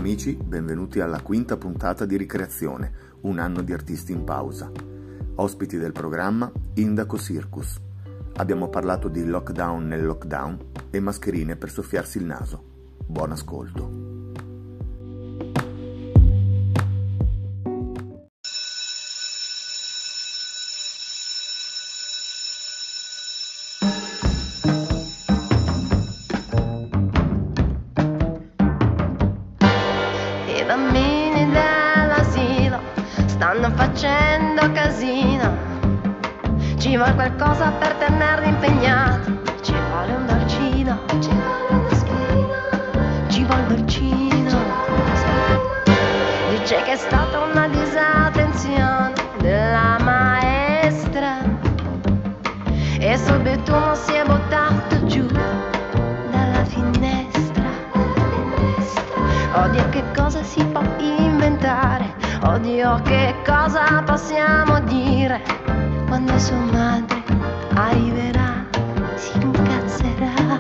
amici, benvenuti alla quinta puntata di Ricreazione, un anno di artisti in pausa. Ospiti del programma, Indaco Circus. Abbiamo parlato di lockdown nel lockdown e mascherine per soffiarsi il naso. Buon ascolto. I bambini dell'asilo stanno facendo casino, ci vuole qualcosa per tenerli impegnati, ci vuole un dolcino, ci vuole una spina, ci vuole il dolcino. Dice che è stata una disattenzione della maestra e subito uno si è buttato giù dalla finestra. Oddio, che cosa si può inventare, oddio, che cosa possiamo dire quando sua madre arriverà, si incazzerà,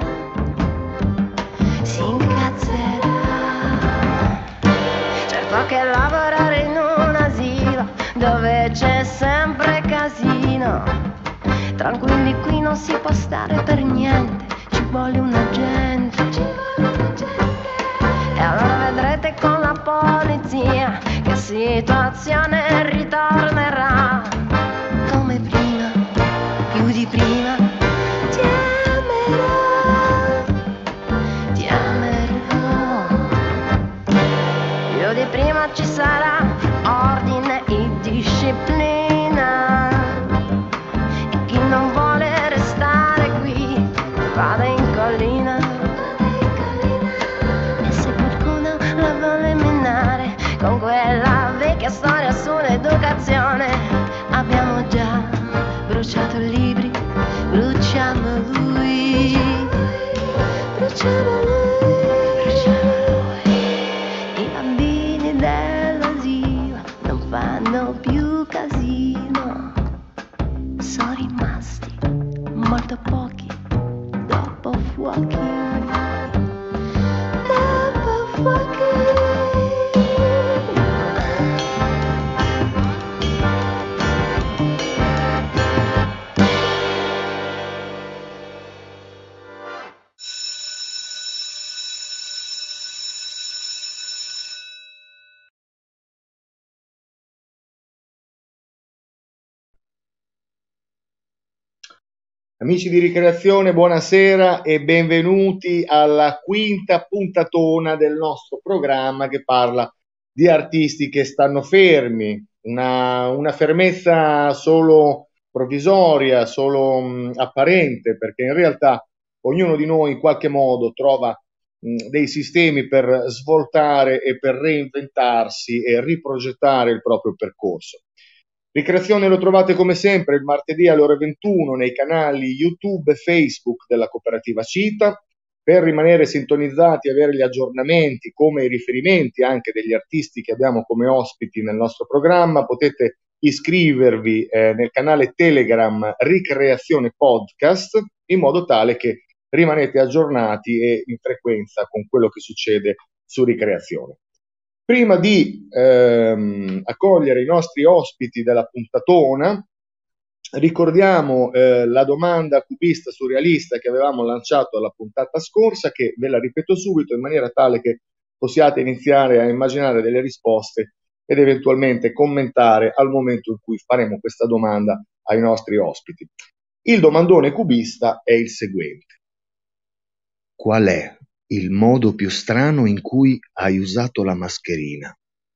si incazzerà. Certo che lavorare in un asilo dove c'è sempre casino, tranquilli qui non si può stare per niente, ci vuole un agente, ci vuole un agente. E allora vedrete con la polizia che situazione ritornerà come prima, più di prima. Ti amerò, ti amerò. Più di prima ci sarà ordine e disciplina, e chi non vuole restare qui vada in collina. Con quella vecchia storia sull'educazione abbiamo già bruciato libri, bruciamo lui, bruciamo lui, bruciamo lui. I bambini dell'asilo non fanno più casino, sono rimasti molto pochi dopo fuochi, dopo fuochi. Amici di Ricreazione, buonasera e benvenuti alla quinta puntatona del nostro programma che parla di artisti che stanno fermi, una fermezza solo provvisoria, solo apparente, perché in realtà ognuno di noi in qualche modo trova dei sistemi per svoltare e per reinventarsi e riprogettare il proprio percorso. Ricreazione lo trovate come sempre il martedì alle ore 21 nei canali YouTube e Facebook della Cooperativa Cita. Per rimanere sintonizzati e avere gli aggiornamenti come i riferimenti anche degli artisti che abbiamo come ospiti nel nostro programma, potete iscrivervi nel canale Telegram Ricreazione Podcast, in modo tale che rimanete aggiornati e in frequenza con quello che succede su Ricreazione. Prima di accogliere i nostri ospiti della puntatona, ricordiamo la domanda cubista surrealista che avevamo lanciato alla puntata scorsa, che ve la ripeto subito in maniera tale che possiate iniziare a immaginare delle risposte ed eventualmente commentare al momento in cui faremo questa domanda ai nostri ospiti. Il domandone cubista è il seguente: qual è il modo più strano in cui hai usato la mascherina?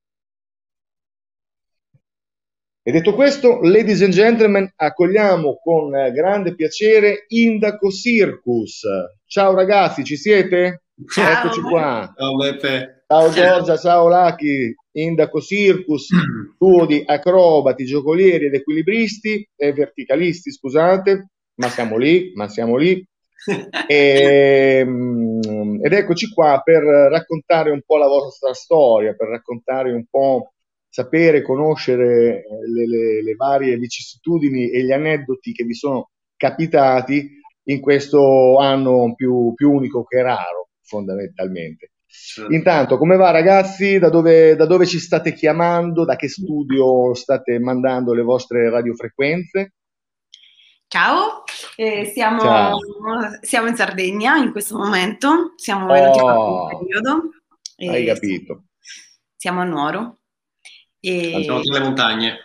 E detto questo, ladies and gentlemen, accogliamo con grande piacere Indaco Circus. Ciao ragazzi, ci siete? Ciao. Eccoci qua. Ciao Beppe. Ciao Giorgia, ciao Lucky. Indaco Circus, duo di acrobati, giocolieri ed equilibristi e verticalisti, scusate, ma siamo lì. Ed eccoci qua per raccontare un po' la vostra storia, per raccontare un po', sapere, conoscere le varie vicissitudini e gli aneddoti che vi sono capitati in questo anno più unico che raro, fondamentalmente. Certo. Intanto, come va ragazzi? Da dove ci state chiamando? Da che studio state mandando le vostre radiofrequenze? Ciao, Ciao. siamo in Sardegna in questo momento, siamo venuti qua per un Oh, periodo hai e capito. siamo a Nuoro. Siamo tra le montagne.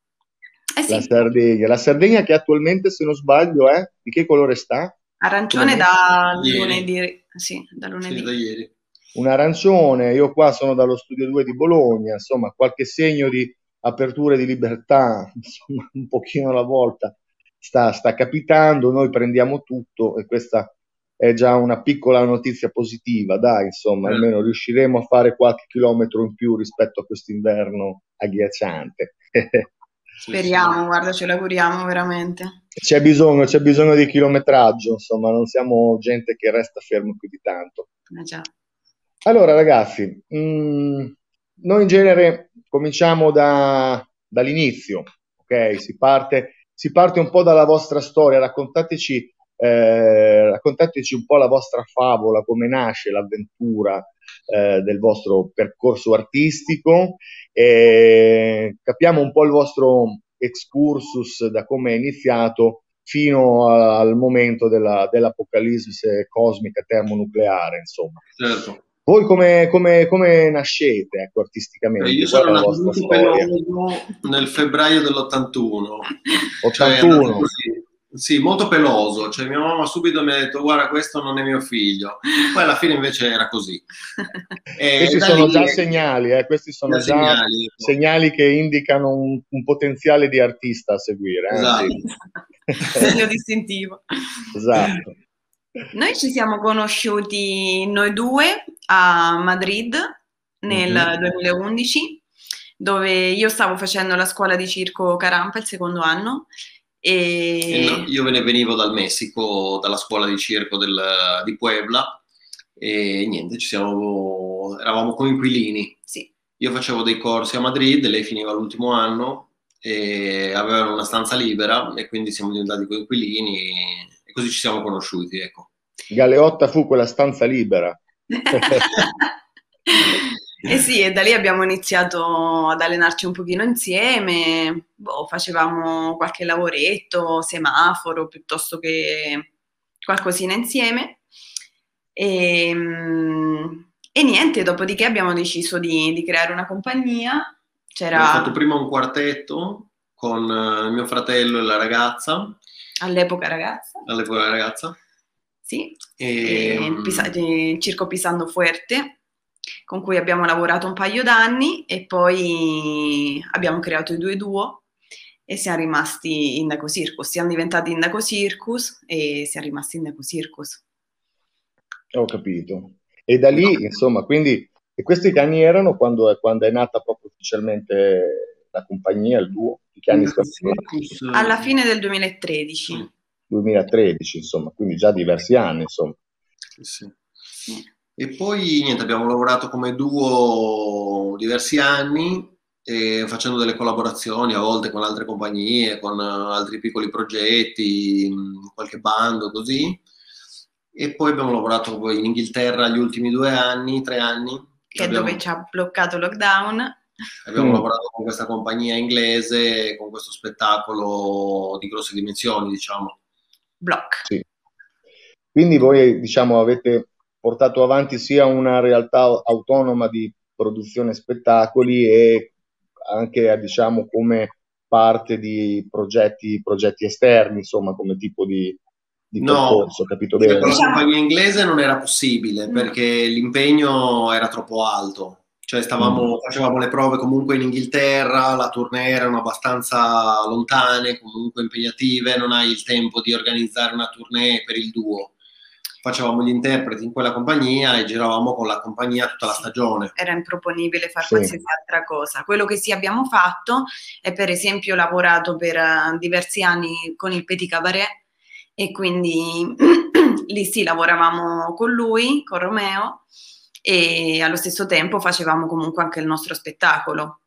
La Sì, Sardegna che attualmente, se non sbaglio, è di che colore sta? arancione Come da Ieri. lunedì, sì, da Sì, lunedì. da ieri. un arancione. Io qua sono dallo Studio 2 di Bologna, insomma, qualche segno di apertura e di libertà, insomma, un pochino alla volta sta capitando. Noi prendiamo tutto e questa è già una piccola notizia positiva, dai, insomma, almeno riusciremo a fare qualche chilometro in più rispetto a quest'inverno agghiacciante. Speriamo, guarda, ce l'auguriamo veramente. C'è bisogno di chilometraggio, insomma, non siamo gente che resta fermo più di tanto. Già. Allora, ragazzi, noi in genere cominciamo dall'inizio, ok? Si parte un po' dalla vostra storia, raccontateci un po' la vostra favola, come nasce l'avventura del vostro percorso artistico, e capiamo un po' il vostro excursus da come è iniziato fino al momento dell'apocalisse cosmica termonucleare, insomma. Certo. Voi come nascete, ecco, artisticamente? Io Qual è sono la nato vostra molto storia? peloso nel febbraio dell'81. 81. Sì, molto peloso. Cioè, mia mamma subito mi ha detto: guarda, questo non è mio figlio. Poi alla fine invece era così. Questi sono già segnali, questi sono già segnali che indicano un potenziale di artista a seguire. Esatto. Sì. Segno distintivo. Esatto. Noi ci siamo conosciuti noi due a Madrid nel 2011, dove io stavo facendo la scuola di circo Carampa, il secondo anno. No, io venivo dal Messico, dalla scuola di circo di Puebla, e niente, eravamo coinquilini. Sì. Io facevo dei corsi a Madrid, lei finiva l'ultimo anno e avevano una stanza libera e quindi siamo diventati coinquilini e così ci siamo conosciuti, ecco. Galeotta fu quella stanza libera. Sì, e da lì abbiamo iniziato ad allenarci un pochino insieme, facevamo qualche lavoretto, semaforo, piuttosto che qualcosina insieme. E niente, dopodiché abbiamo deciso di creare una compagnia. Abbiamo fatto prima un quartetto con mio fratello e la ragazza. All'epoca ragazza. Sì, Circo Pisando Fuerte, con cui abbiamo lavorato un paio d'anni e poi abbiamo creato i due duo e siamo rimasti Indaco Circus. Siamo diventati Indaco Circus e siamo rimasti Indaco Circus. Ho capito. E da lì, insomma, quindi, e questi che anni erano quando è nata proprio ufficialmente la compagnia, il duo? Di che anni stiamo parlando? Alla fine del 2013. 2013, insomma, quindi già diversi anni, insomma. Sì. E poi niente, abbiamo lavorato come duo diversi anni, facendo delle collaborazioni a volte con altre compagnie, con altri piccoli progetti, qualche bando, così. E poi abbiamo lavorato in Inghilterra gli ultimi 2 anni, 3 anni. Dove ci ha bloccato il lockdown. Abbiamo lavorato con questa compagnia inglese, con questo spettacolo di grosse dimensioni, diciamo. Block. Sì. Quindi voi, diciamo, avete portato avanti sia una realtà autonoma di produzione spettacoli e anche, diciamo, come parte di progetti esterni, insomma, come tipo di percorso, capito bene? Con la compagnia inglese non era possibile perché l'impegno era troppo alto. Cioè facevamo le prove comunque in Inghilterra, la tournée erano abbastanza lontane, comunque impegnative, non hai il tempo di organizzare una tournée per il duo. Facevamo gli interpreti in quella compagnia e giravamo con la compagnia tutta la stagione. Era improponibile fare qualsiasi altra cosa. Quello che sì abbiamo fatto è, per esempio, lavorato per diversi anni con il Petit Cabaret e quindi lì sì lavoravamo con lui, con Romeo, e allo stesso tempo facevamo comunque anche il nostro spettacolo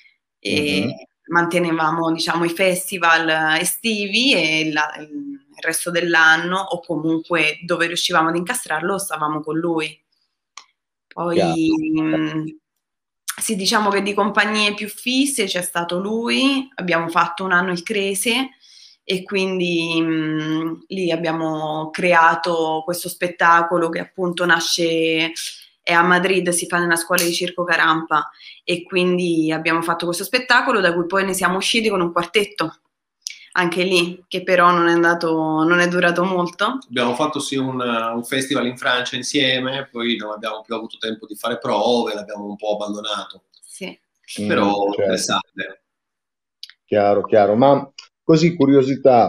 e mantenevamo, diciamo, i festival estivi e il resto dell'anno, o comunque dove riuscivamo ad incastrarlo, stavamo con lui. Poi sì, diciamo che di compagnie più fisse c'è stato lui, abbiamo fatto un anno il Crese e quindi lì abbiamo creato questo spettacolo che appunto nasce, è a Madrid, si fa nella scuola di Circo Carampa, e quindi abbiamo fatto questo spettacolo da cui poi ne siamo usciti con un quartetto, anche lì, che però non è durato molto. Abbiamo fatto sì un festival in Francia insieme, poi non abbiamo più avuto tempo di fare prove, l'abbiamo un po' abbandonato. Sì. Però certo. interessante. Chiaro. Ma così, curiosità,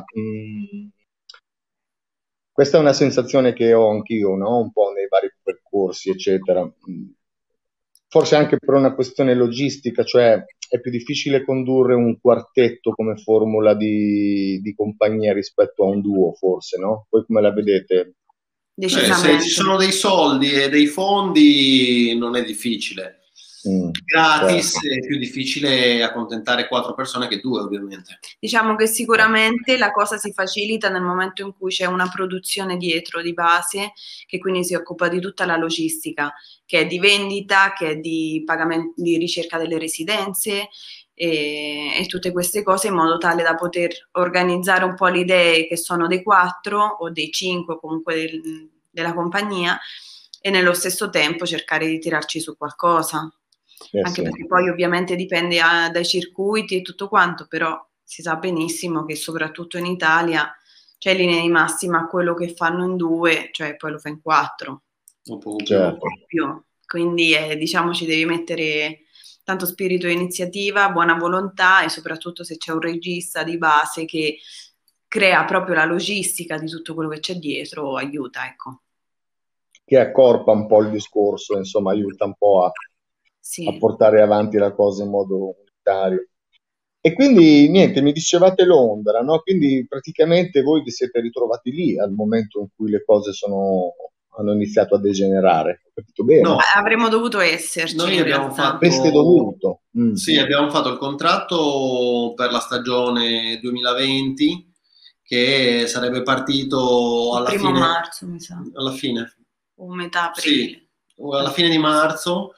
questa è una sensazione che ho anch'io, no? Un po' nei vari percorsi, eccetera. Forse anche per una questione logistica, cioè è più difficile condurre un quartetto come formula di compagnia rispetto a un duo, forse, no? Voi come la vedete? Se ci sono dei soldi e dei fondi non è difficile. Gratis certo. è più difficile accontentare 4 persone che 2, ovviamente. Diciamo che sicuramente la cosa si facilita nel momento in cui c'è una produzione dietro di base, che quindi si occupa di tutta la logistica, che è di vendita, che è di pagamento, di ricerca delle residenze e tutte queste cose, in modo tale da poter organizzare un po' le idee che sono dei 4 o dei 5 comunque della compagnia, e nello stesso tempo cercare di tirarci su qualcosa. Anche perché poi ovviamente dipende dai circuiti e tutto quanto, però si sa benissimo che soprattutto in Italia c'è linea di massima a quello che fanno in 2, cioè poi lo fa in 4. Certo. Quindi diciamo ci devi mettere tanto spirito di iniziativa, buona volontà, e soprattutto se c'è un regista di base che crea proprio la logistica di tutto quello che c'è dietro, aiuta, ecco. Che accorpa un po' il discorso, insomma, aiuta un po' a portare avanti la cosa in modo unitario. E quindi niente, mi dicevate Londra, no? Quindi praticamente voi vi siete ritrovati lì al momento in cui le cose hanno iniziato a degenerare. Ho capito bene? No, avremmo dovuto esserci. Noi abbiamo fatto, avreste dovuto. Sì, abbiamo fatto il contratto per la stagione 2020 che sarebbe partito alla primo fine marzo, mi sa. Alla fine. O metà aprile. Sì, alla fine di marzo,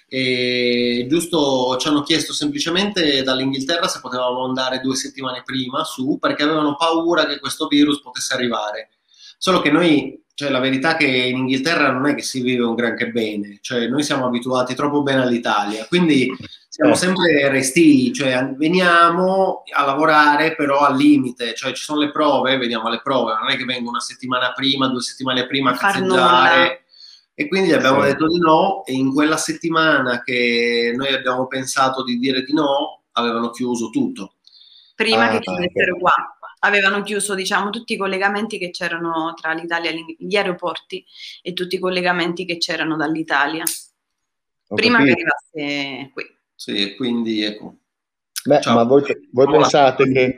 e giusto ci hanno chiesto semplicemente dall'Inghilterra se potevamo andare 2 settimane prima su, perché avevano paura che questo virus potesse arrivare. Solo che noi, cioè la verità è che in Inghilterra non è che si vive un granché bene, cioè noi siamo abituati troppo bene all'Italia, quindi siamo sempre restii, cioè veniamo a lavorare però al limite, cioè ci sono le prove, veniamo alle prove, non è che vengo una settimana prima, 2 settimane prima a cazzeggiare. E quindi gli abbiamo detto di no, e in quella settimana che noi abbiamo pensato di dire di no, avevano chiuso tutto. Prima che chiudessero qua, avevano chiuso, diciamo, tutti i collegamenti che c'erano tra l'Italia e gli aeroporti e tutti i collegamenti che c'erano dall'Italia. Prima che arrivasse qui. Sì, quindi ecco. Beh, ma voi pensate che...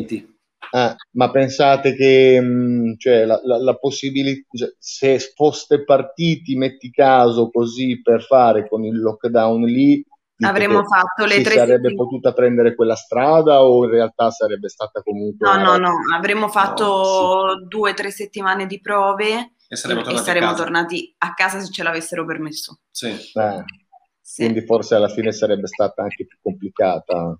ma pensate che cioè, la possibilità, cioè, se foste partiti, metti caso, così per fare con il lockdown lì, avremmo fatto le 3 sarebbe potuta prendere quella strada, o in realtà sarebbe stata comunque no, avremmo fatto 2 o 3 settimane di prove e saremmo tornati a casa se ce l'avessero permesso. Sì. Quindi forse alla fine sarebbe stata anche più complicata.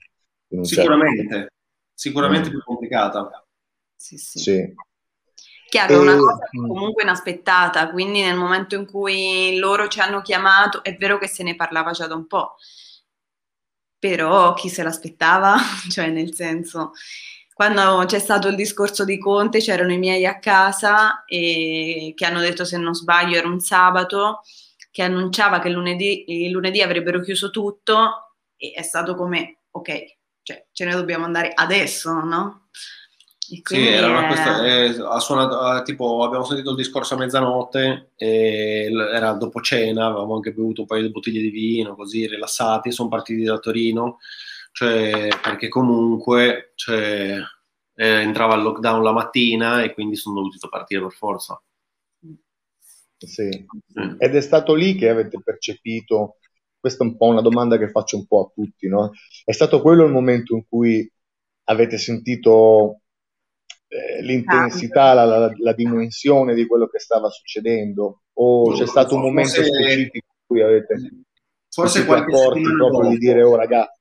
Sicuramente più complicata. Sì. Chiaro, è una cosa comunque inaspettata, quindi nel momento in cui loro ci hanno chiamato, è vero che se ne parlava già da un po', però chi se l'aspettava? Cioè, nel senso, quando c'è stato il discorso di Conte, c'erano i miei a casa e che hanno detto, se non sbaglio era un sabato, che annunciava che il lunedì avrebbero chiuso tutto, e è stato come, ok, cioè ce ne dobbiamo andare adesso, no? Sì, era una questione, ha suonato, tipo abbiamo sentito il discorso a mezzanotte, era dopo cena, avevamo anche bevuto un paio di bottiglie di vino, così rilassati, sono partiti da Torino, cioè, perché comunque entrava il lockdown la mattina e quindi sono dovuti partire per forza. Sì. Ed è stato lì che avete percepito, questa è un po' una domanda che faccio un po' a tutti, no? È stato quello il momento in cui avete sentito l'intensità, la dimensione di quello che stava succedendo, o c'è stato un momento specifico? cui avete Forse siete qualche accorti settimana proprio dopo. di dire, oh ragazzi,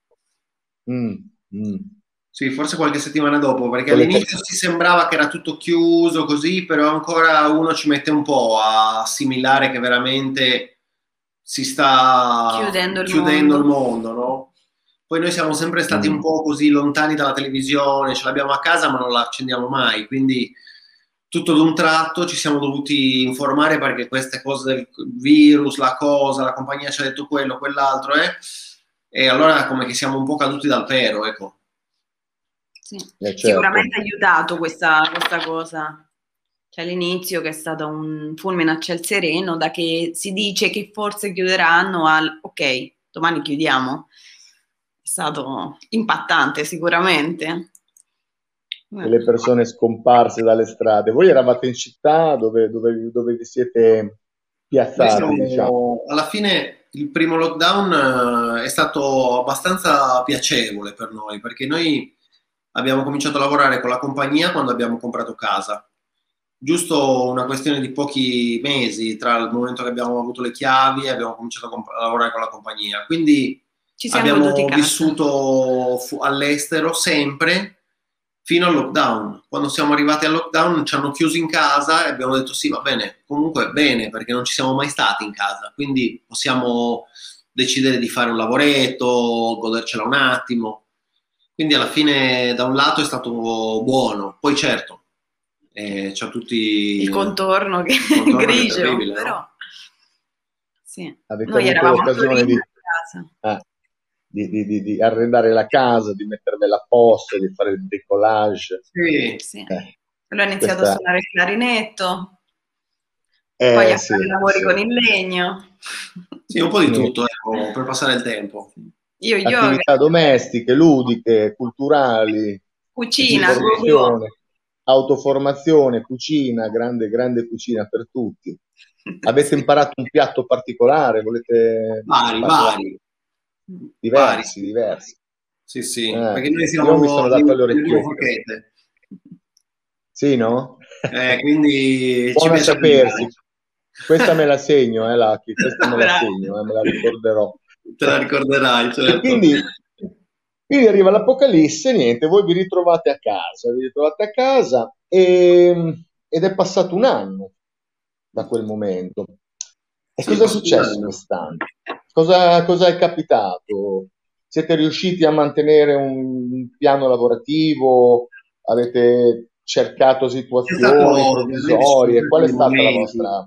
Sì, forse qualche settimana dopo, perché Volete- all'inizio si sembrava che era tutto chiuso così, però ancora uno ci mette un po' a assimilare che veramente si sta Chiudendo il chiudendo il mondo. mondo, no? Poi noi siamo sempre stati un po' così lontani dalla televisione, ce l'abbiamo a casa ma non la accendiamo mai, quindi tutto d'un tratto ci siamo dovuti informare perché queste cose del virus, la compagnia ci ha detto quello, quell'altro, e allora come che siamo un po' caduti dal pero, ecco. Sì. certo. Sicuramente ha aiutato questa cosa. Cioè all'inizio che è stato un fulmine a ciel sereno, da che si dice che forse chiuderanno al ok, domani chiudiamo. È stato impattante sicuramente. E le persone scomparse dalle strade. Voi eravate in città dove vi siete piazzati, diciamo? Alla fine il primo lockdown è stato abbastanza piacevole per noi, perché noi abbiamo cominciato a lavorare con la compagnia quando abbiamo comprato casa. Giusto una questione di pochi mesi tra il momento che abbiamo avuto le chiavi e abbiamo cominciato a lavorare con la compagnia. Quindi Ci siamo goduti abbiamo casa. vissuto all'estero sempre fino al lockdown. Quando siamo arrivati al lockdown ci hanno chiuso in casa e abbiamo detto sì, va bene, comunque bene, perché non ci siamo mai stati in casa, quindi possiamo decidere di fare un lavoretto, godercela un attimo. Quindi alla fine da un lato è stato buono, poi certo c'ha tutti il contorno che il contorno è che è grigio, terribile, però no? sì. Avete Noi avuto eravamo a l'occasione Torino a casa. di arredare la casa, di mettervela a posto, di fare il decollage. Sì. Allora ho iniziato questa- a suonare il clarinetto, poi a fare lavori con il legno. Sì, un po' di tutto, ecco, per passare il tempo. Io attività domestiche, ludiche, culturali, cucina, formazione, autoformazione, cucina, grande cucina per tutti. Avete imparato un piatto particolare? Volete Vari. Diversi. Sì, perché noi Io mi sono dato alle orecchiette. forchette. Sì, no? Quindi Buona ci piace sapersi. mangiare. Questa me la segno, Lucky, questa me la segno, me la ricorderò. Te la ricorderai, certo. E quindi arriva l'Apocalisse, niente, voi vi ritrovate a casa, ed è passato un anno da quel momento. E Sì, cosa è successo quest'anno? Cosa è capitato? Siete riusciti a mantenere un piano lavorativo? Avete cercato situazioni provvisorie? Qual è stata la vostra...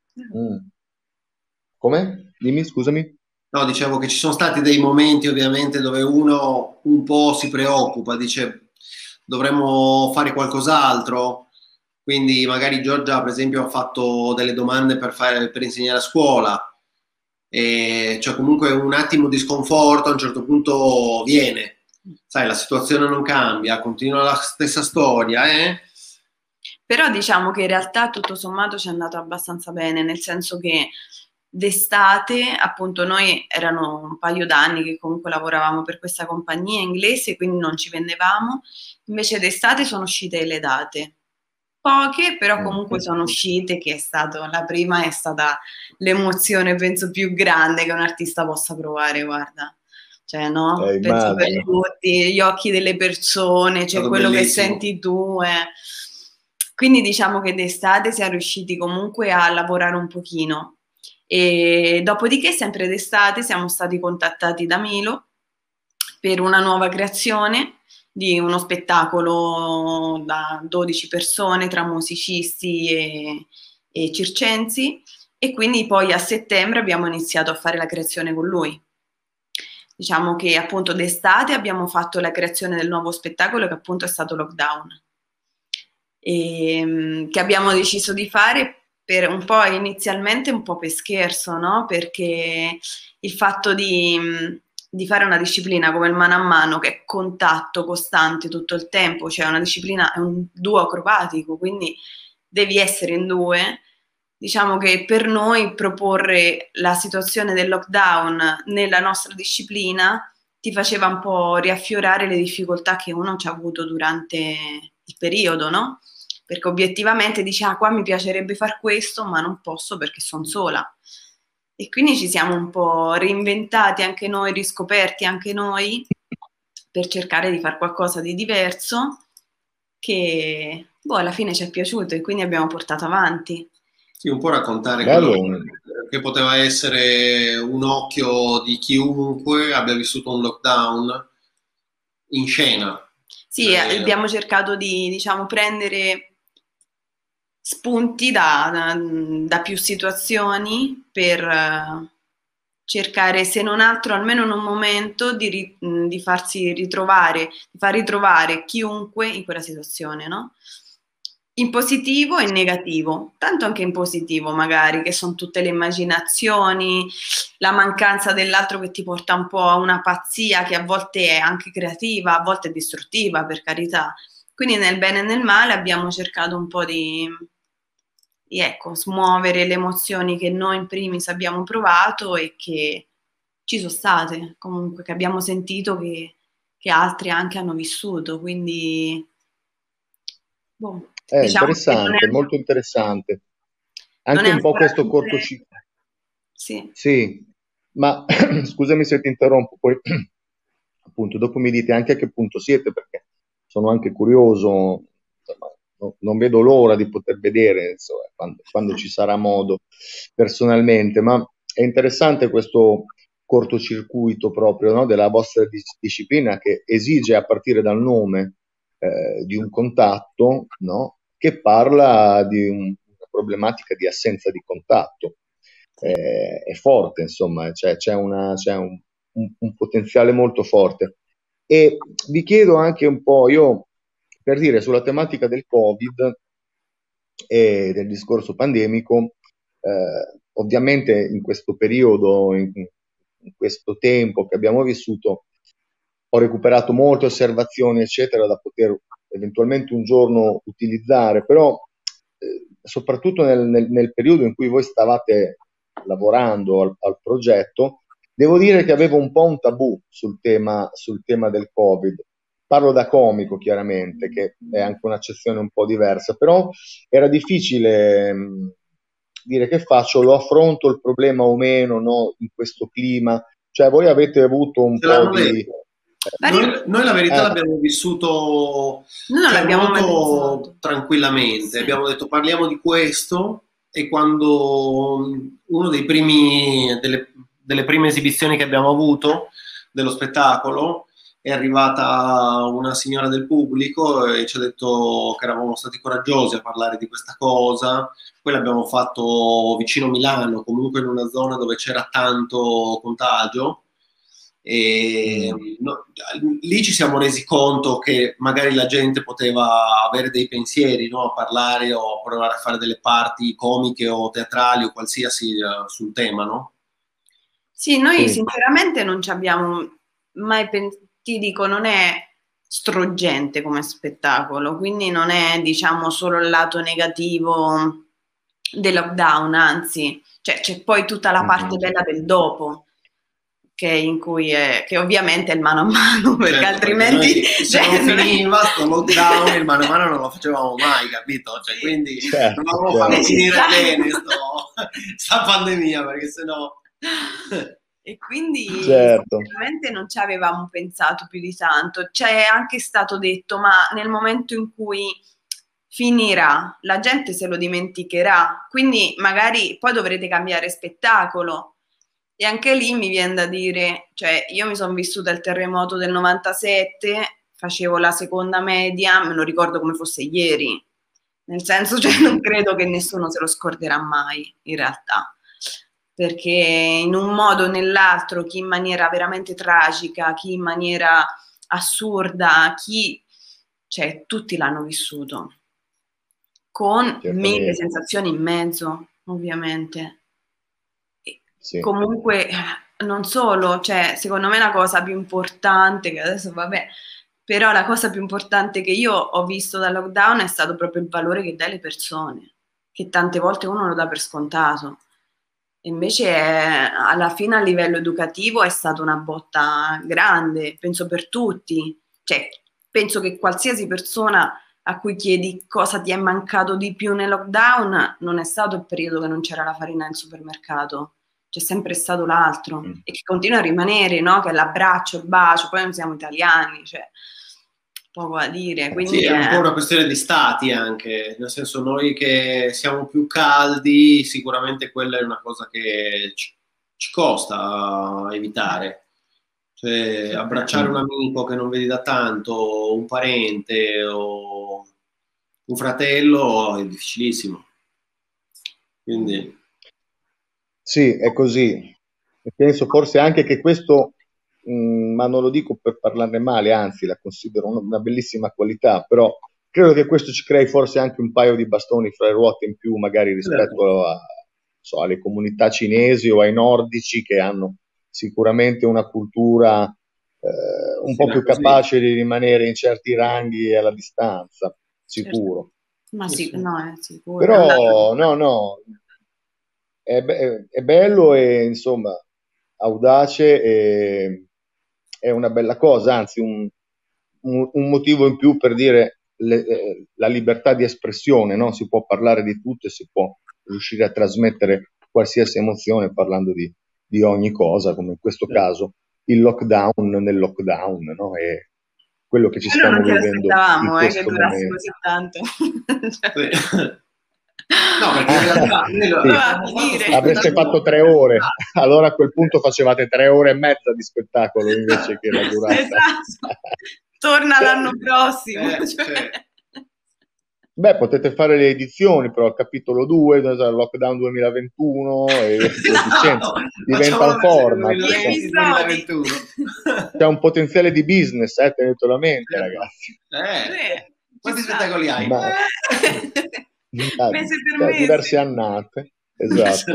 Come? Dimmi, scusami. No, dicevo che ci sono stati dei momenti ovviamente dove uno un po' si preoccupa, dice dovremmo fare qualcos'altro, quindi magari Giorgia per esempio ha fatto delle domande per insegnare a scuola, e cioè comunque un attimo di sconforto a un certo punto viene, sai, la situazione non cambia, continua la stessa storia, Però diciamo che in realtà tutto sommato ci è andato abbastanza bene, nel senso che d'estate, appunto, noi erano un paio d'anni che comunque lavoravamo per questa compagnia inglese, quindi non ci vendevamo, invece d'estate sono uscite le date. Poche, però comunque sono uscite, che è stato, la prima è stata l'emozione, penso, più grande che un artista possa provare, guarda. Cioè, no? Penso per tutti, gli occhi delle persone, cioè quello bellissimo che senti tu. Quindi diciamo che d'estate siamo riusciti comunque a lavorare un pochino. E dopodiché, sempre d'estate, siamo stati contattati da Milo per una nuova creazione di uno spettacolo da 12 persone tra musicisti e circensi, e quindi poi a settembre abbiamo iniziato a fare la creazione con lui. Diciamo che appunto d'estate abbiamo fatto la creazione del nuovo spettacolo, che appunto è stato Lockdown, che abbiamo deciso di fare per un po' inizialmente un po' per scherzo, no? Perché il fatto di fare una disciplina come il mano a mano, che è contatto costante tutto il tempo, cioè una disciplina, è un duo acrobatico, quindi devi essere in due. Diciamo che per noi proporre la situazione del lockdown nella nostra disciplina ti faceva un po' riaffiorare le difficoltà che uno ci ha avuto durante il periodo, no? Perché obiettivamente dici, qua mi piacerebbe far questo, ma non posso perché sono sola. E quindi ci siamo un po' reinventati anche noi, riscoperti anche noi, per cercare di fare qualcosa di diverso che alla fine ci è piaciuto e quindi abbiamo portato avanti. Sì, un po' raccontare Bello. quello che poteva essere un occhio di chiunque abbia vissuto un lockdown in scena. Sì, abbiamo cercato di, diciamo, prendere spunti da più situazioni per cercare, se non altro, almeno in un momento, di farsi ritrovare, di far ritrovare chiunque in quella situazione, no? In positivo e in negativo, tanto anche in positivo magari, che sono tutte le immaginazioni, la mancanza dell'altro che ti porta un po' a una pazzia che a volte è anche creativa, a volte è distruttiva, per carità. Quindi nel bene e nel male abbiamo cercato un po' di ecco, smuovere le emozioni che noi in primis abbiamo provato e che ci sono state, comunque, che abbiamo sentito che altri anche hanno vissuto, quindi È diciamo che interessante, molto interessante. non Anche è un po' ancora questo cortocircuito. Sì. Sì, ma scusami se ti interrompo, poi appunto dopo mi dite anche a che punto siete, perché sono anche curioso, insomma, non vedo l'ora di poter vedere, insomma, quando ci sarà modo personalmente, ma è interessante questo cortocircuito proprio, no, della vostra disciplina che esige a partire dal nome di un contatto, no, che parla di una problematica di assenza di contatto. È forte, insomma, c'è un potenziale molto forte. E vi chiedo anche un po', io per dire sulla tematica del Covid e del discorso pandemico, ovviamente in questo periodo, in questo tempo che abbiamo vissuto, ho recuperato molte osservazioni, eccetera, da poter eventualmente un giorno utilizzare, però soprattutto nel periodo in cui voi stavate lavorando al progetto, devo dire che avevo un po' un tabù sul tema del Covid. Parlo da comico, chiaramente, che è anche un'accezione un po' diversa, però era difficile dire che faccio, lo affronto il problema o meno, no, in questo clima. Cioè, voi avete avuto un po' di... Noi la verità l'abbiamo vissuto molto tranquillamente. Abbiamo detto parliamo di questo e quando uno dei delle prime esibizioni che abbiamo avuto dello spettacolo è arrivata una signora del pubblico e ci ha detto che eravamo stati coraggiosi a parlare di questa cosa. Poi l'abbiamo fatto vicino Milano, comunque in una zona dove c'era tanto contagio. E lì ci siamo resi conto che magari la gente poteva avere dei pensieri, no? A parlare o provare a fare delle parti comiche o teatrali o qualsiasi sul tema, no? Sì, noi sinceramente non ci abbiamo mai pensato, ti dico, non è struggente come spettacolo, quindi non è, diciamo, solo il lato negativo del lockdown, anzi, cioè, c'è poi tutta la parte bella del dopo, che ovviamente è il mano a mano, perché altrimenti se non finiva sto lockdown il mano a mano non lo facevamo mai, capito? Cioè, quindi non avevamo fatto finire bene sta pandemia, perché sennò e quindi sicuramente non ci avevamo pensato più di tanto. C'è anche stato detto, ma nel momento in cui finirà, la gente se lo dimenticherà, quindi magari poi dovrete cambiare spettacolo. E anche lì mi viene da dire, cioè io mi sono vissuta il terremoto del 97, facevo la seconda media, me lo ricordo come fosse ieri, nel senso, cioè non credo che nessuno se lo scorderà mai, in realtà, perché in un modo o nell'altro, chi in maniera veramente tragica, chi in maniera assurda, cioè tutti l'hanno vissuto, con mille sensazioni in mezzo, ovviamente. Sì. Comunque, non solo, cioè, secondo me la cosa più importante, che adesso vabbè, però la cosa più importante che io ho visto dal lockdown è stato proprio il valore che dà alle persone, che tante volte uno lo dà per scontato. Invece alla fine a livello educativo è stata una botta grande, penso per tutti, cioè penso che qualsiasi persona a cui chiedi cosa ti è mancato di più nel lockdown non è stato il periodo che non c'era la farina nel supermercato. c'è sempre stato l'altro e che continua a rimanere, no? Che è l'abbraccio, il bacio, poi non siamo italiani, cioè poco da dire. Quindi sì, è un po' una questione di stati anche, nel senso noi che siamo più caldi, sicuramente quella è una cosa che ci costa evitare. Cioè, abbracciare un amico che non vedi da tanto, un parente o un fratello è difficilissimo. Quindi... Sì, è così. E penso forse anche che questo, ma non lo dico per parlarne male, anzi la considero una bellissima qualità, però credo che questo ci crei forse anche un paio di bastoni fra le ruote in più, magari rispetto alle comunità cinesi o ai nordici che hanno sicuramente una cultura un po' più capace di rimanere in certi ranghi alla distanza, sicuro. Certo. Ma sì, no, è sicuro. Però no, è bello e insomma audace e è una bella cosa, anzi un motivo in più per dire la libertà di espressione, no? Si può parlare di tutto e si può riuscire a trasmettere qualsiasi emozione parlando di ogni cosa, come in questo caso il lockdown nel lockdown, no? È quello che ci stiamo vivendo in questo che durasse momento. così tanto. No, perché in realtà avreste fatto 3 ore, allora a quel punto facevate 3 ore e mezza di spettacolo invece che la durata. Esatto. Torna l'anno prossimo. Beh, potete fare le edizioni, però il capitolo 2, lockdown 2021 e diventa un format. C'è un potenziale di business, tenetelo a mente, ragazzi. Quanti spettacoli hai? Mese per mese. Diverse annate, esatto.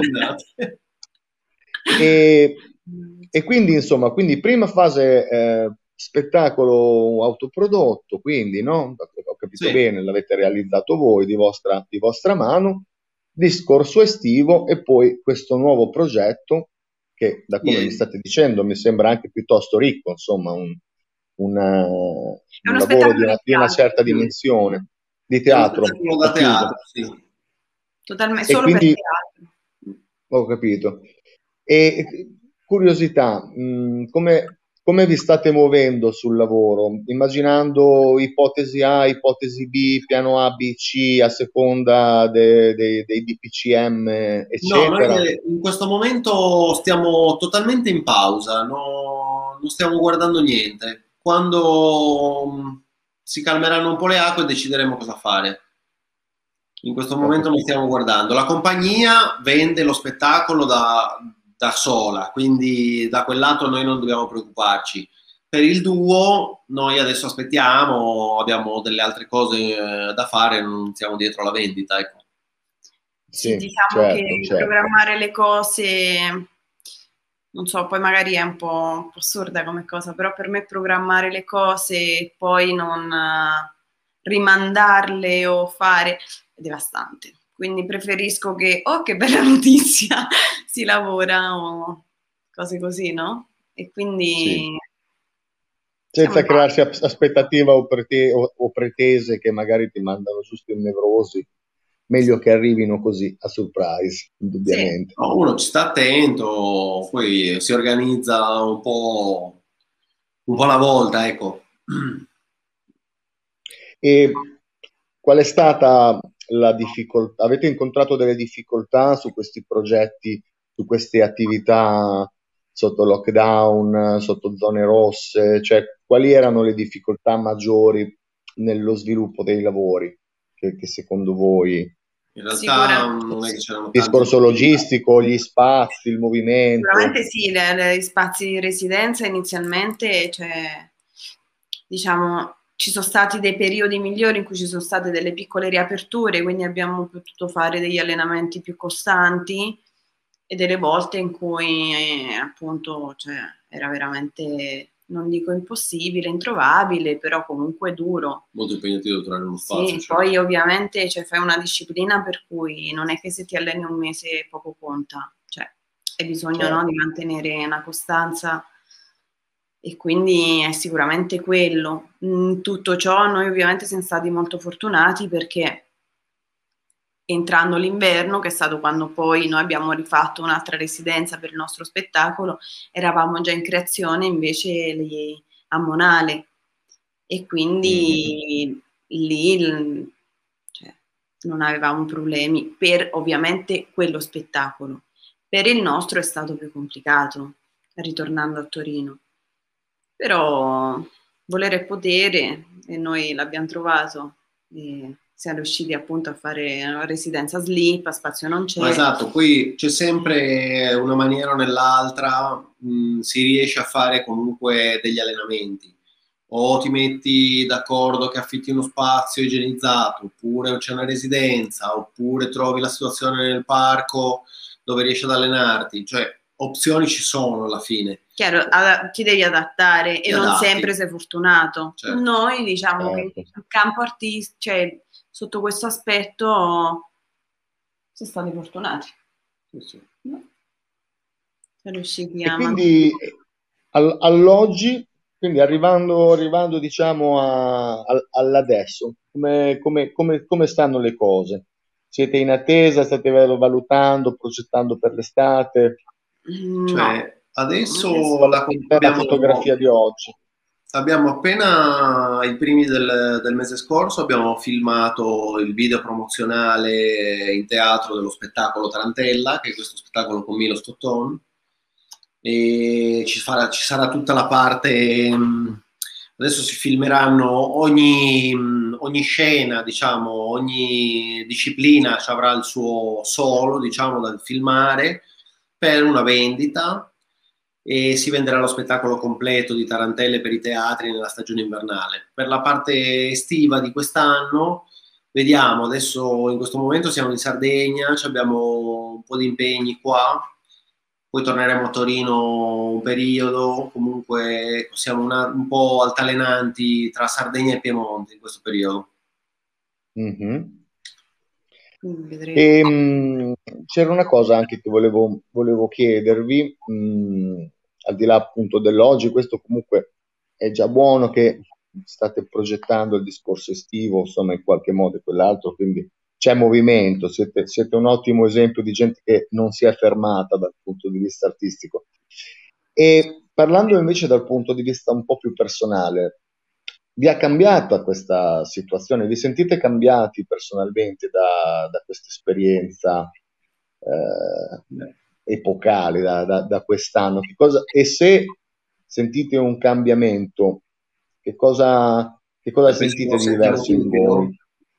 E quindi, insomma, prima fase spettacolo autoprodotto, quindi, no? Ho capito bene, l'avete realizzato voi di vostra mano, discorso estivo e poi questo nuovo progetto che, da come mi state dicendo, mi sembra anche piuttosto ricco, insomma, un lavoro di una certa dimensione, di teatro. Da teatro, sì. Totalmente, solo quindi, per teatro. Ho capito. E curiosità, come vi state muovendo sul lavoro? Immaginando ipotesi A, ipotesi B, piano A, B, C, a seconda dei DPCM, eccetera? No, noi in questo momento stiamo totalmente in pausa, non stiamo guardando niente. Quando si calmeranno un po' le acque decideremo cosa fare. In questo momento non stiamo guardando. La compagnia vende lo spettacolo da sola, quindi da quel lato noi non dobbiamo preoccuparci. Per il duo noi adesso aspettiamo, abbiamo delle altre cose da fare, non siamo dietro alla vendita, ecco. Sì, diciamo che programmare le cose, non so, poi magari è un po' assurda come cosa, però per me programmare le cose e poi non rimandarle o fare è devastante. Quindi preferisco che, che bella notizia, si lavora o cose così, no? E quindi... Sì. Senza crearsi aspettativa o pretese che magari ti mandano giusto in nevrosi, meglio che arrivino così a surprise, indubbiamente. Sì. No, uno ci sta attento, poi si organizza un po' alla volta, ecco. E qual è stata la difficoltà? Avete incontrato delle difficoltà su questi progetti, su queste attività sotto lockdown, sotto zone rosse? Cioè, quali erano le difficoltà maggiori nello sviluppo dei lavori che secondo voi? In realtà non è che c'erano tanti discorso logistico, gli spazi, il movimento. Sicuramente sì, gli spazi di residenza inizialmente, cioè, diciamo, ci sono stati dei periodi migliori in cui ci sono state delle piccole riaperture, quindi abbiamo potuto fare degli allenamenti più costanti e delle volte in cui appunto cioè, era veramente, non dico impossibile, introvabile, però comunque duro. Molto impegnativo trovare uno spazio. Sì, certo. Poi ovviamente cioè, fai una disciplina per cui non è che se ti alleni un mese poco conta, cioè hai bisogno certo. No, di mantenere una costanza e quindi è sicuramente quello. In tutto ciò noi ovviamente siamo stati molto fortunati perché entrando l'inverno, che è stato quando poi noi abbiamo rifatto un'altra residenza per il nostro spettacolo, eravamo già in creazione invece lì a Monale, e quindi lì cioè, non avevamo problemi per ovviamente quello spettacolo. Per il nostro è stato più complicato, ritornando a Torino. Però volere è potere, e noi l'abbiamo trovato. E siamo riusciti appunto a fare una residenza slip, a spazio non c'è. Ma esatto, poi c'è sempre una maniera o nell'altra, si riesce a fare comunque degli allenamenti. O ti metti d'accordo che affitti uno spazio igienizzato, oppure c'è una residenza, oppure trovi la situazione nel parco dove riesci ad allenarti. Cioè, opzioni ci sono alla fine. Chiaro, ti devi adattare e non sempre sei fortunato. Certo. Noi diciamo che in campo artistico, cioè sotto questo aspetto, siamo stati fortunati. Sì. No? Siamo riusciti a... Quindi all'oggi, quindi arrivando diciamo all'adesso, come stanno le cose? Siete in attesa, state valutando, progettando per l'estate? Cioè, adesso la fotografia di oggi. Abbiamo appena, i primi del mese scorso, abbiamo filmato il video promozionale in teatro dello spettacolo Tarantella, che è questo spettacolo con Milo Stotton, e ci sarà tutta la parte, adesso si filmeranno ogni scena, diciamo, ogni disciplina avrà il suo solo, diciamo, da filmare per una vendita, e si venderà lo spettacolo completo di Tarantelle per i teatri nella stagione invernale. Per la parte estiva di quest'anno vediamo, adesso in questo momento siamo in Sardegna, abbiamo un po' di impegni qua, poi torneremo a Torino un periodo, comunque siamo un po' altalenanti tra Sardegna e Piemonte in questo periodo. C'era una cosa anche che volevo chiedervi, al di là appunto dell'oggi, questo comunque è già buono che state progettando il discorso estivo, insomma, in qualche modo e quell'altro, quindi c'è movimento, siete un ottimo esempio di gente che non si è fermata dal punto di vista artistico. E parlando invece dal punto di vista un po' più personale, vi ha cambiato questa situazione? Vi sentite cambiati personalmente da questa esperienza epocale, da quest'anno? E se sentite un cambiamento, che cosa sentite di diverso in voi?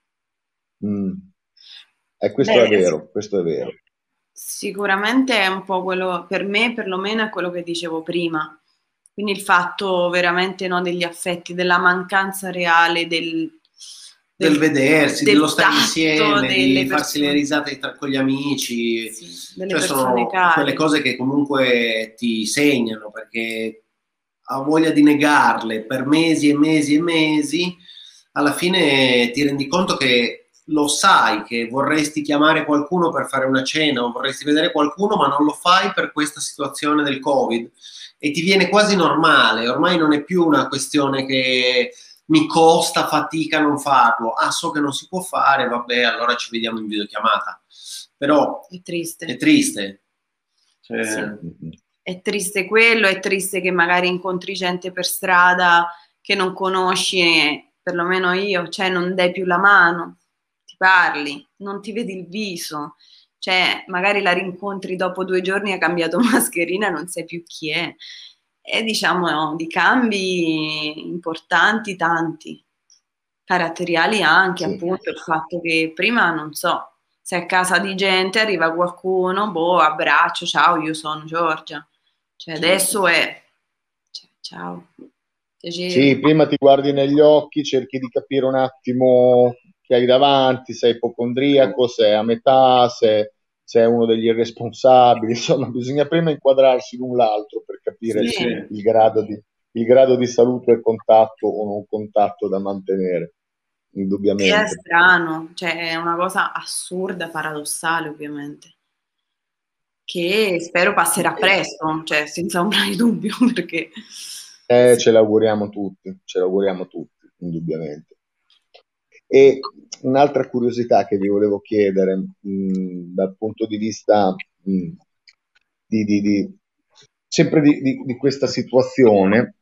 Questo è vero, questo è vero. Sicuramente è un po' quello, per me perlomeno è quello che dicevo prima. Quindi il fatto veramente, no, degli affetti, della mancanza reale del vedersi, dello stare insieme, di farsi le risate con gli amici, delle sono care. Quelle cose che comunque ti segnano, perché ha voglia di negarle per mesi e mesi e mesi, alla fine ti rendi conto che lo sai che vorresti chiamare qualcuno per fare una cena o vorresti vedere qualcuno, ma non lo fai per questa situazione del Covid. E ti viene quasi normale, ormai non è più una questione che mi costa fatica non farlo. So che non si può fare, vabbè, allora ci vediamo in videochiamata. Però è triste. È triste. Cioè... Sì. È triste quello, è triste che magari incontri gente per strada che non conosci, perlomeno io, cioè non dai più la mano, ti parli, non ti vedi il viso. Cioè, magari la rincontri dopo 2 giorni, ha cambiato mascherina, non sai più chi è. E diciamo di cambi importanti, tanti, caratteriali anche, appunto, il fatto che prima, non so, sei a casa di gente, arriva qualcuno, abbraccio, ciao, io sono Giorgia. Cioè, adesso è, ciao, piacere. Sì, prima ti guardi negli occhi, cerchi di capire un attimo che hai davanti, se è ipocondriaco, se è a metà, se è uno degli irresponsabili, insomma bisogna prima inquadrarsi l'un l'altro per capire il grado di salute e contatto o non contatto da mantenere, indubbiamente. È strano, cioè è una cosa assurda, paradossale ovviamente, che spero passerà presto, cioè senza ombra di dubbio, perché... Ce l'auguriamo tutti, indubbiamente. E un'altra curiosità che vi volevo chiedere, dal punto di vista sempre di questa situazione,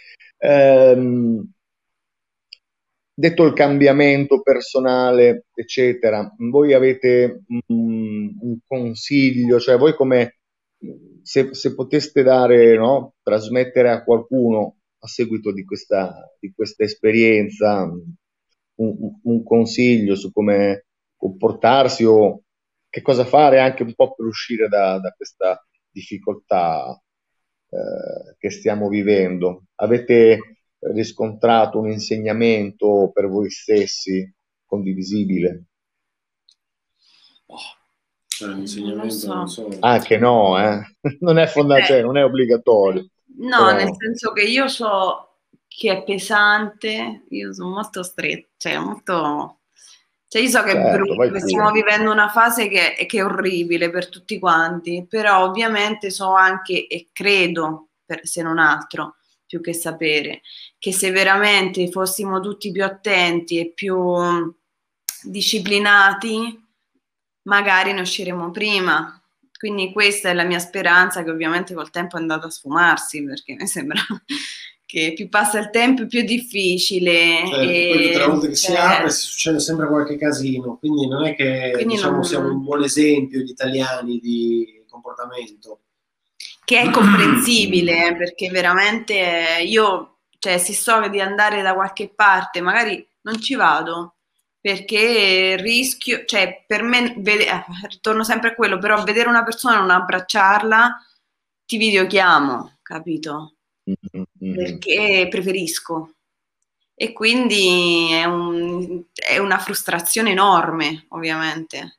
detto il cambiamento personale, eccetera, voi avete un consiglio, cioè voi come, se poteste dare, no, trasmettere a qualcuno a seguito di questa esperienza un consiglio su come comportarsi o che cosa fare anche un po' per uscire da questa difficoltà che stiamo vivendo. Avete riscontrato un insegnamento per voi stessi condivisibile? Cioè, l'insegnamento non so. Anche no, non è cioè, non è obbligatorio. No, però... nel senso che io so che è pesante, io sono molto stretta, cioè molto... Cioè io so che è brutto, che stiamo vivendo una fase che è orribile per tutti quanti, però ovviamente so anche, e credo, se non altro, più che sapere, che se veramente fossimo tutti più attenti e più disciplinati, magari ne usciremo prima. Quindi questa è la mia speranza, che ovviamente col tempo è andata a sfumarsi, perché mi sembra che più passa il tempo più è difficile. Poi tutte le volte che si apre succede sempre qualche casino, quindi non è che siamo un buon esempio gli italiani di comportamento. Che è comprensibile, perché veramente io, cioè, se so di andare da qualche parte, magari non ci vado, perché rischio, cioè, per me, ritorno sempre a quello, però vedere una persona e non abbracciarla, ti videochiamo, capito? Perché preferisco. E quindi è una frustrazione enorme, ovviamente.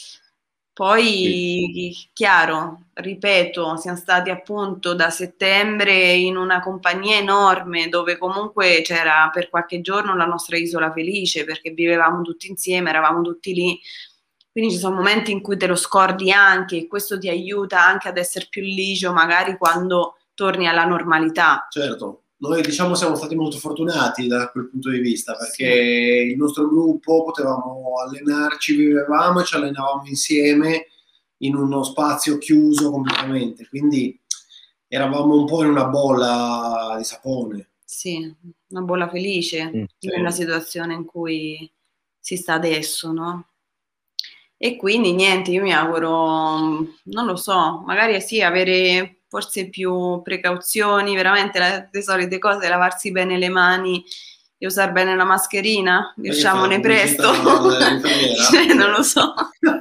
Poi, chiaro, ripeto, siamo stati appunto da settembre in una compagnia enorme dove comunque c'era per qualche giorno la nostra isola felice, perché vivevamo tutti insieme, eravamo tutti lì. Quindi ci sono momenti in cui te lo scordi anche e questo ti aiuta anche ad essere più ligio magari quando torni alla normalità. Certo. Noi diciamo siamo stati molto fortunati da quel punto di vista, perché il nostro gruppo potevamo allenarci, vivevamo e ci allenavamo insieme in uno spazio chiuso completamente, quindi eravamo un po' in una bolla di sapone. Sì, una bolla felice nella situazione in cui si sta adesso, no? E quindi niente, io mi auguro, non lo so, magari sì, avere forse più precauzioni, veramente le solite cose, lavarsi bene le mani e usare bene la mascherina, riusciamone presto. Non lo so.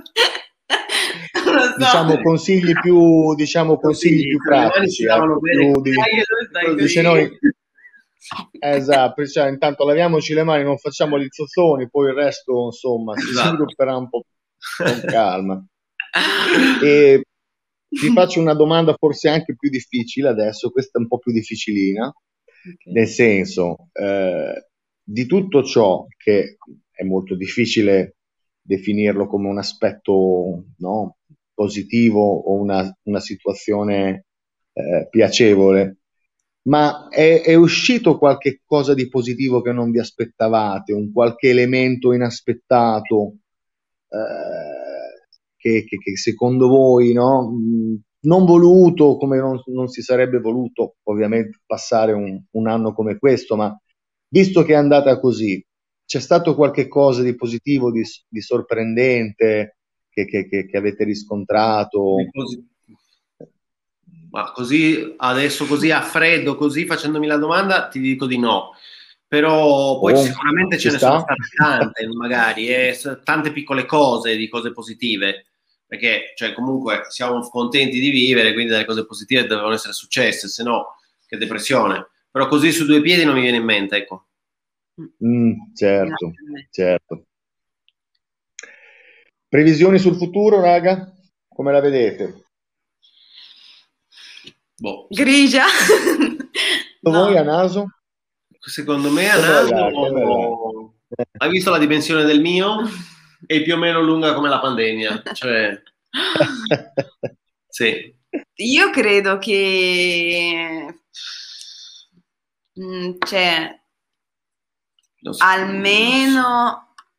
Diciamo consigli più pratici, dice noi, esatto, cioè, intanto laviamoci le mani, non facciamo gli zozzoni, poi il resto insomma si svilupperà un po' con calma. E vi faccio una domanda forse anche più difficile adesso, questa è un po' più difficilina, nel senso, di tutto ciò che è molto difficile definirlo come un aspetto, no, positivo o una situazione piacevole, ma è uscito qualche cosa di positivo che non vi aspettavate, un qualche elemento inaspettato che secondo voi, no, non voluto, come non si sarebbe voluto ovviamente passare un anno come questo, ma visto che è andata così, c'è stato qualche cosa di positivo, di sorprendente che avete riscontrato? Ma così adesso, così a freddo, così facendomi la domanda, ti dico di no. Però poi sicuramente ce ne sono state tante, magari, tante piccole cose, di cose positive, perché cioè, comunque siamo contenti di vivere, quindi delle cose positive devono essere successe, se no che depressione. Però così su due piedi non mi viene in mente, ecco. Certo. Previsioni sul futuro, raga? Come la vedete? Grigia. Voi a naso? Secondo me a naso hai visto la dimensione del mio? È più o meno lunga come la pandemia, cioè sì. Io credo che cioè almeno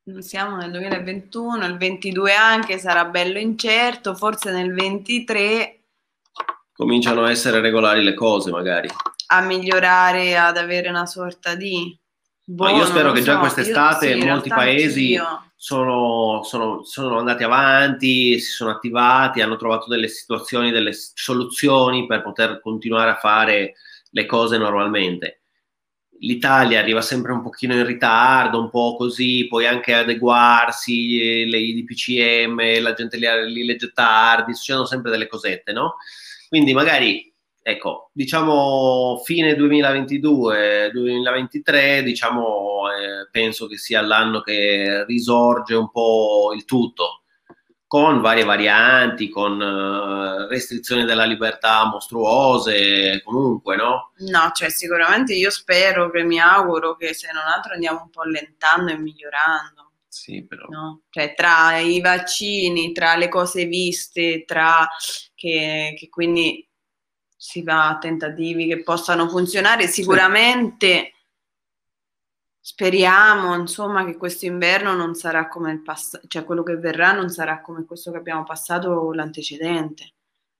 siamo nel 2021, il 22 anche sarà bello incerto, forse nel 23 cominciano a essere regolari le cose, magari. A migliorare, ad avere una sorta di... Ma io spero che già quest'estate molti paesi sono andati avanti, si sono attivati, hanno trovato delle situazioni, delle soluzioni per poter continuare a fare le cose normalmente. L'Italia arriva sempre un pochino in ritardo, un po' così, poi anche adeguarsi, i DPCM, la gente li legge tardi, succedono sempre delle cosette, no? Quindi magari, ecco, diciamo fine 2022-2023, diciamo, penso che sia l'anno che risorge un po' il tutto, con varie varianti, con restrizioni della libertà mostruose, comunque, no? No, cioè sicuramente io spero, che mi auguro che se non altro andiamo un po' allentando e migliorando. Sì, però. No? Cioè tra i vaccini, tra le cose viste, tra che quindi si va a tentativi che possano funzionare, sicuramente speriamo, insomma, che questo inverno non sarà come il passato, cioè quello che verrà non sarà come questo che abbiamo passato l'antecedente.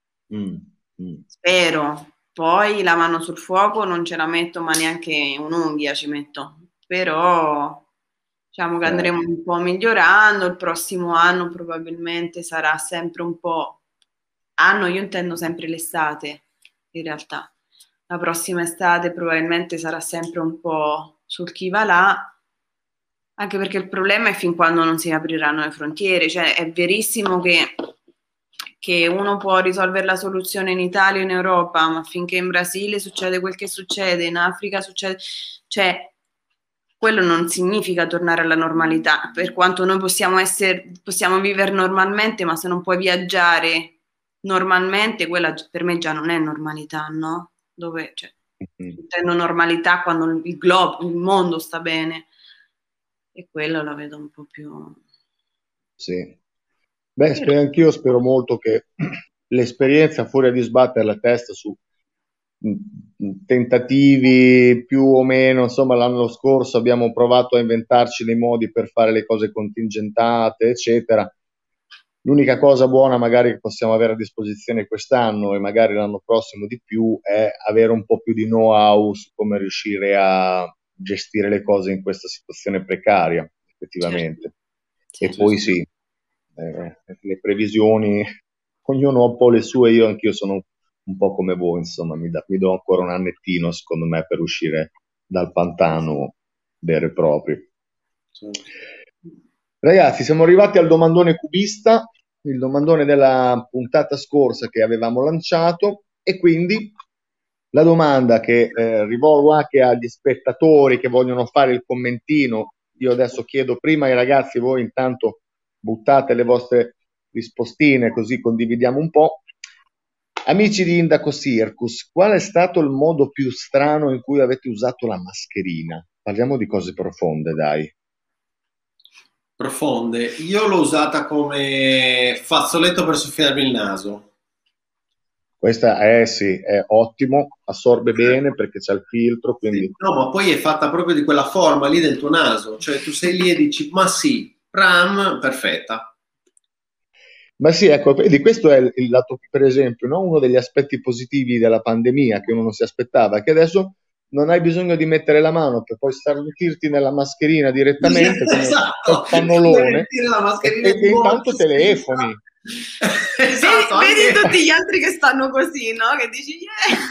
Spero. Poi la mano sul fuoco non ce la metto, ma neanche un'unghia ci metto. Però diciamo che andremo un po' migliorando. Il prossimo anno probabilmente sarà sempre un po'... Anno, io intendo sempre l'estate, in realtà. La prossima estate probabilmente sarà sempre un po' sul chi va là, anche perché il problema è fin quando non si apriranno le frontiere. Cioè è verissimo che uno può risolvere la soluzione in Italia o in Europa, ma finché in Brasile succede quel che succede, in Africa succede, cioè quello non significa tornare alla normalità, per quanto noi possiamo vivere normalmente, ma se non puoi viaggiare normalmente, quella per me già non è normalità, no? Dove, cioè, intendo normalità quando il globo, il mondo sta bene, e quello la vedo un po' più... Sì. Beh, anch'io spero molto che l'esperienza, fuori di sbattere la testa su tentativi più o meno, insomma, l'anno scorso abbiamo provato a inventarci dei modi per fare le cose contingentate, eccetera. L'unica cosa buona magari che possiamo avere a disposizione quest'anno e magari l'anno prossimo di più è avere un po' più di know-how su come riuscire a gestire le cose in questa situazione precaria, effettivamente. Certo. E poi sì, le previsioni, ognuno ha un po' le sue, anch'io sono un po' come voi, insomma, mi do ancora un annettino, secondo me, per uscire dal pantano vero e proprio. Ragazzi, siamo arrivati al domandone cubista, il domandone della puntata scorsa che avevamo lanciato, e quindi la domanda che rivolgo anche agli spettatori che vogliono fare il commentino. Io adesso chiedo prima ai ragazzi, voi intanto buttate le vostre rispostine così condividiamo un po'. Amici di Indaco Circus, qual è stato il modo più strano in cui avete usato la mascherina? Parliamo di cose profonde, dai. Profonde. Io l'ho usata come fazzoletto per soffiarmi il naso. Questa sì, è ottimo, assorbe bene perché c'è il filtro, quindi... Sì. No, ma poi è fatta proprio di quella forma lì del tuo naso, cioè tu sei lì e dici, ma sì, perfetta. Ma sì, ecco, di questo è il lato, per esempio, no? Uno degli aspetti positivi della pandemia che uno non si aspettava, che adesso non hai bisogno di mettere la mano per poi starnutirti nella mascherina direttamente, esatto, pannolone, e intanto telefoni. Esatto, vedi tutti gli altri che stanno così, no? Che dici,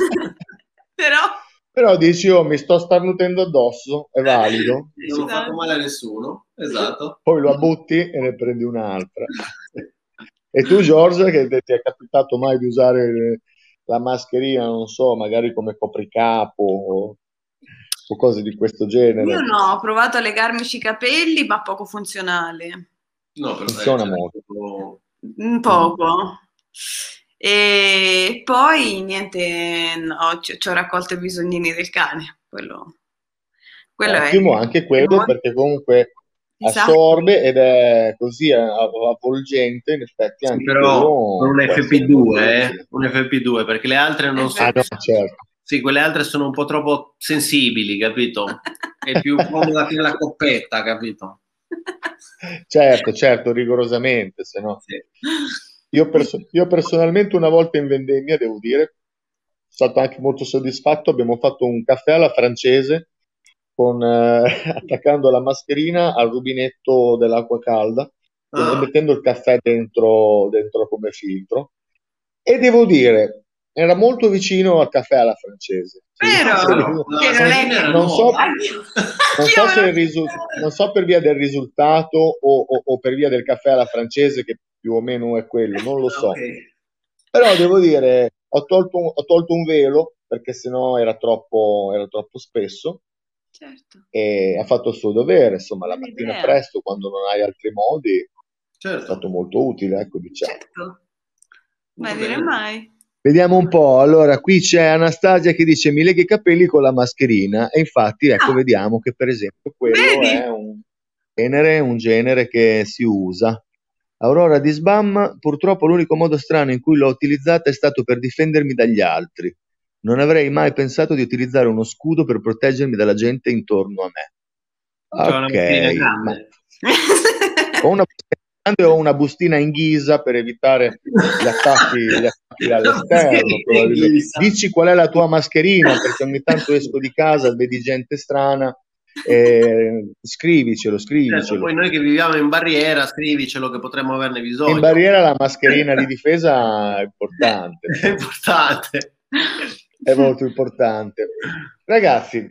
Però dici, mi sto starnutendo addosso, è valido. Non ho fatto male a nessuno, esatto. Poi lo abbutti e ne prendi un'altra. E tu, Giorgia, che ti è capitato mai di usare la mascherina, non so, magari come copricapo o cose di questo genere? Io no, ho provato a legarmici i capelli, ma poco funzionale. No, funziona molto. Un poco. E poi niente, no, ci ho raccolto i bisognini del cane. Quello ottimo, è anche quello, perché comunque assorbe ed è così avvolgente, in effetti anche però con un FP2, un FP2, perché le altre non sono... no, certo. Sì, quelle altre sono un po' troppo sensibili, capito? È più comoda che la coppetta, capito? Certo, rigorosamente, se no. Sì. Io personalmente una volta in vendemmia, devo dire, sono stato anche molto soddisfatto. Abbiamo fatto un caffè alla francese con, attaccando la mascherina al rubinetto dell'acqua calda e Ah, mettendo il caffè dentro come filtro. E devo dire, era molto vicino al caffè alla francese. Vero? no, Che la non è mascherina che... era Non so, nuova. Anch'io non so me se lo non so per via del risultato o per via del caffè alla francese, che più o meno è quello, non lo Ok. so. Però devo dire, ho tolto un velo perché sennò era troppo spesso Certo, e ha fatto il suo dovere. Insomma, la buona mattina idea. presto, quando non hai altri modi, è Certo. stato molto utile, ecco, diciamo. Certo, Molto mai dire bene. mai. Vediamo un po'. Allora, qui c'è Anastasia che dice: Mi leghi i capelli con la mascherina. E infatti, ecco, Ah, vediamo che per esempio quello vedi? è un genere che si usa. Aurora di Sbam, purtroppo l'unico modo strano in cui l'ho utilizzata è stato per difendermi dagli altri. Non avrei mai pensato di utilizzare uno scudo per proteggermi dalla gente intorno a me. C'è una mascherina Ok, ma grande. o una bustina grande o una bustina in ghisa per evitare gli attacchi La dall'esterno, mascherina in probabilmente. ghisa. Dici qual è la tua mascherina, perché ogni tanto esco di casa, vedi gente strana, scrivicelo, Certo, scrivicelo. poi noi che viviamo in barriera, scrivicelo che potremmo averne In bisogno. barriera la mascherina di difesa è importante, È importante. è molto importante. Ragazzi,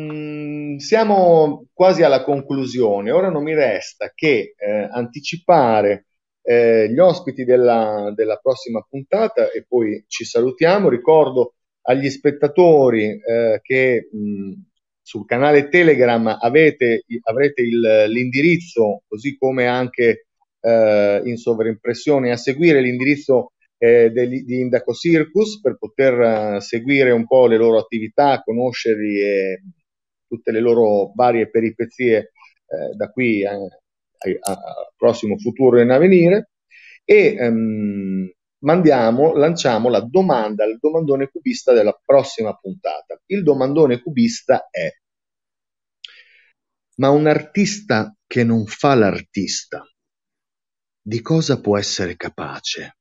siamo quasi alla conclusione. Ora non mi resta che anticipare gli ospiti della prossima puntata e poi ci salutiamo. Ricordo agli spettatori che sul canale Telegram avrete l'indirizzo, così come anche in sovraimpressione, a seguire l'indirizzo di Indaco Circus per poter seguire un po' le loro attività, conoscerli e tutte le loro varie peripezie da qui al prossimo futuro in avvenire. E lanciamo la domanda, il domandone cubista della prossima puntata. Il domandone cubista è: ma un artista che non fa l'artista, di cosa può essere capace?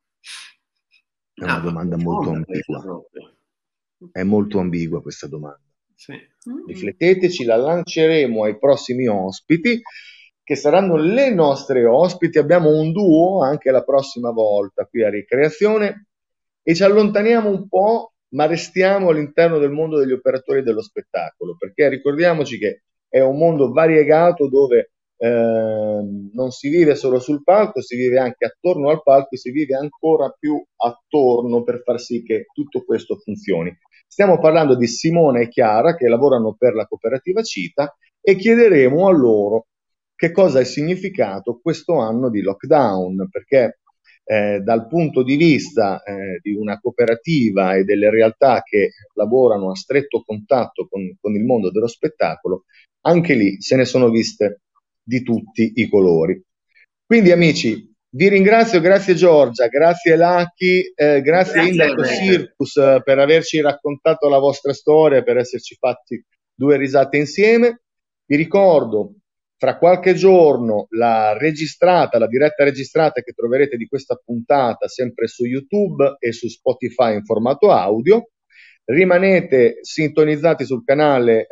È una Ah, ma domanda molto profonda questa ambigua. proprio. È molto ambigua questa domanda. Sì. Rifletteteci, la lanceremo ai prossimi ospiti, che saranno le nostre ospiti. Abbiamo un duo anche la prossima volta qui a Ricreazione e ci allontaniamo un po', ma restiamo all'interno del mondo degli operatori dello spettacolo, perché ricordiamoci che è un mondo variegato dove non si vive solo sul palco, si vive anche attorno al palco e si vive ancora più attorno per far sì che tutto questo funzioni. Stiamo parlando di Simona e Chiara che lavorano per la cooperativa Cita e chiederemo a loro che cosa è significato questo anno di lockdown, perché dal punto di vista di una cooperativa e delle realtà che lavorano a stretto contatto con il mondo dello spettacolo, anche lì se ne sono viste di tutti i colori. Quindi amici, vi ringrazio, grazie Giorgia, grazie Lucky, grazie Indaco Circus per averci raccontato la vostra storia, per esserci fatti due risate insieme. Vi ricordo, fra qualche giorno, la diretta registrata che troverete di questa puntata sempre su YouTube e su Spotify in formato audio. Rimanete sintonizzati sul canale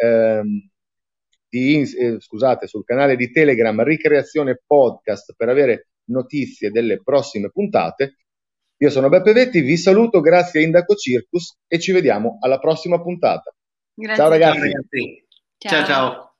sul canale di Telegram Ricreazione Podcast per avere notizie delle prossime puntate. Io sono Beppe Vetti, vi saluto, grazie a Indaco Circus e ci vediamo alla prossima puntata. Grazie Ciao a te. ragazzi. Ciao ragazzi. Ciao. Ciao ciao.